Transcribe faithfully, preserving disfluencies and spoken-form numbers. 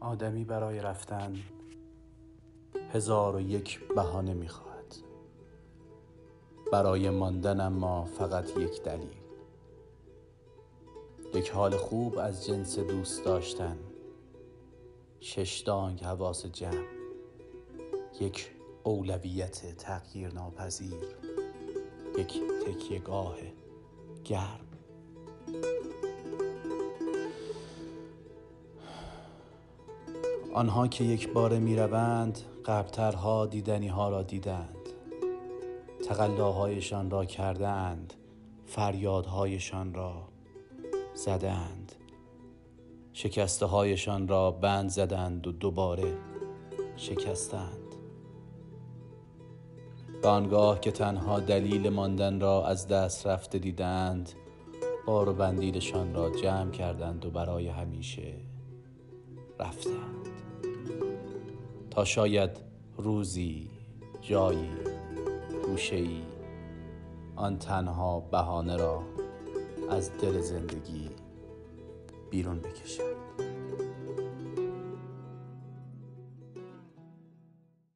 آدمی برای رفتن هزار و یک بهانه می‌خواهد، برای ماندن اما فقط یک دلیل. یک حال خوب از جنس دوست داشتن، شش دانگ حواس جمع، یک اولویت تغییر ناپذیر، یک تکیه‌گاه گرم. آنها که یک باره می روند قبل‌ترها دیدنی ها را دیدند، تقلاهایشان را کردند، فریادهایشان را زدند، شکسته هایشان را بند زدند و دوباره شکستند. و آنگاه که تنها دلیل ماندن را از دست رفته دیدند، بار و بندیلشان را جمع کردند و برای همیشه رفتند، تا شاید روزی، جایی، گوشه‌ای آن تنها بهانه را از دل زندگی بیرون بکشند.